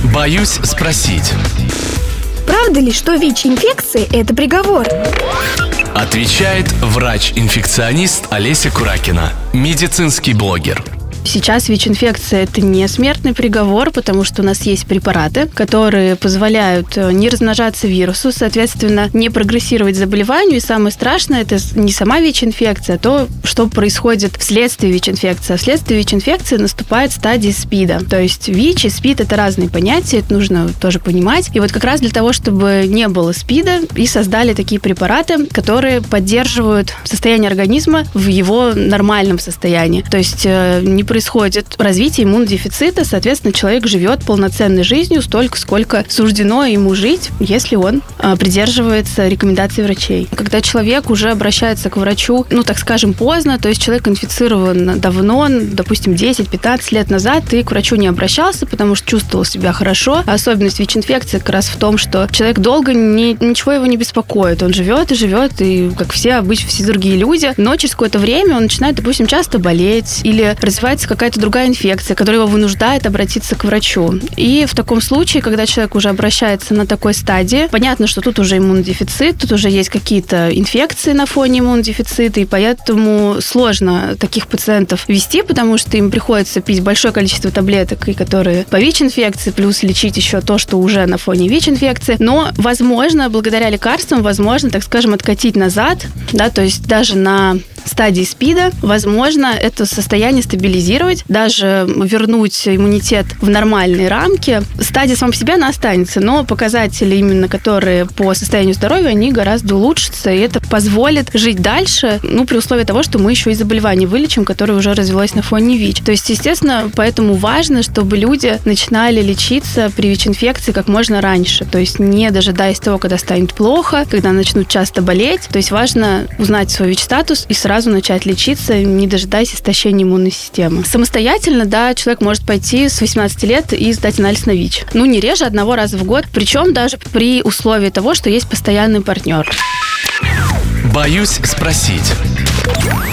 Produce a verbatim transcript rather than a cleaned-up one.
Боюсь спросить. Правда ли, что ВИЧ-инфекция – это приговор? Отвечает врач-инфекционист Олеся Куракина, медицинский блогер. Сейчас ВИЧ-инфекция – это не смертный приговор, потому что у нас есть препараты, которые позволяют не размножаться вирусу, соответственно, не прогрессировать заболеванию. И самое страшное – это не сама ВИЧ-инфекция, а то, что происходит вследствие ВИЧ-инфекции. А вследствие ВИЧ-инфекции наступает стадия СПИДа. То есть ВИЧ и СПИД – это разные понятия, это нужно тоже понимать. И вот как раз для того, чтобы не было СПИДа, и создали такие препараты, которые поддерживают состояние организма в его нормальном состоянии. То есть не происходит развитие иммунодефицита, соответственно, человек живет полноценной жизнью столько, сколько суждено ему жить, если он а, придерживается рекомендаций врачей. Когда человек уже обращается к врачу, ну, так скажем, поздно, то есть человек инфицирован давно, допустим, десять-пятнадцать лет назад, и к врачу не обращался, потому что чувствовал себя хорошо. А особенность ВИЧ-инфекции как раз в том, что человек долго не, ничего его не беспокоит. Он живет и живет, и как все обычно, все другие люди, но через какое-то время он начинает, допустим, часто болеть или развивается какая-то другая инфекция, которая его вынуждает обратиться к врачу. И в таком случае, когда человек уже обращается на такой стадии, понятно, что тут уже иммунодефицит, тут уже есть какие-то инфекции на фоне иммунодефицита, и поэтому сложно таких пациентов вести, потому что им приходится пить большое количество таблеток, и которые по ВИЧ-инфекции, плюс лечить еще то, что уже на фоне ВИЧ-инфекции. Но, возможно, благодаря лекарствам, возможно, так скажем, откатить назад, да, то есть даже на стадии СПИДа, возможно, это состояние стабилизировать, даже вернуть иммунитет в нормальные рамки. Стадия сама по себе, она останется, но показатели, именно которые по состоянию здоровья, они гораздо улучшатся, и это позволит жить дальше, ну, при условии того, что мы еще и заболевание вылечим, которое уже развилось на фоне ВИЧ. То есть, естественно, поэтому важно, чтобы люди начинали лечиться при ВИЧ-инфекции как можно раньше, то есть не дожидаясь того, когда станет плохо, когда начнут часто болеть. То есть важно узнать свой ВИЧ-статус и сразу начать лечиться, не дожидаясь истощения иммунной системы. Самостоятельно, да, человек может пойти с восемнадцати лет и сдать анализ на ВИЧ. Ну, не реже одного раза в год, причем даже при условии того, что есть постоянный партнер. Боюсь спросить.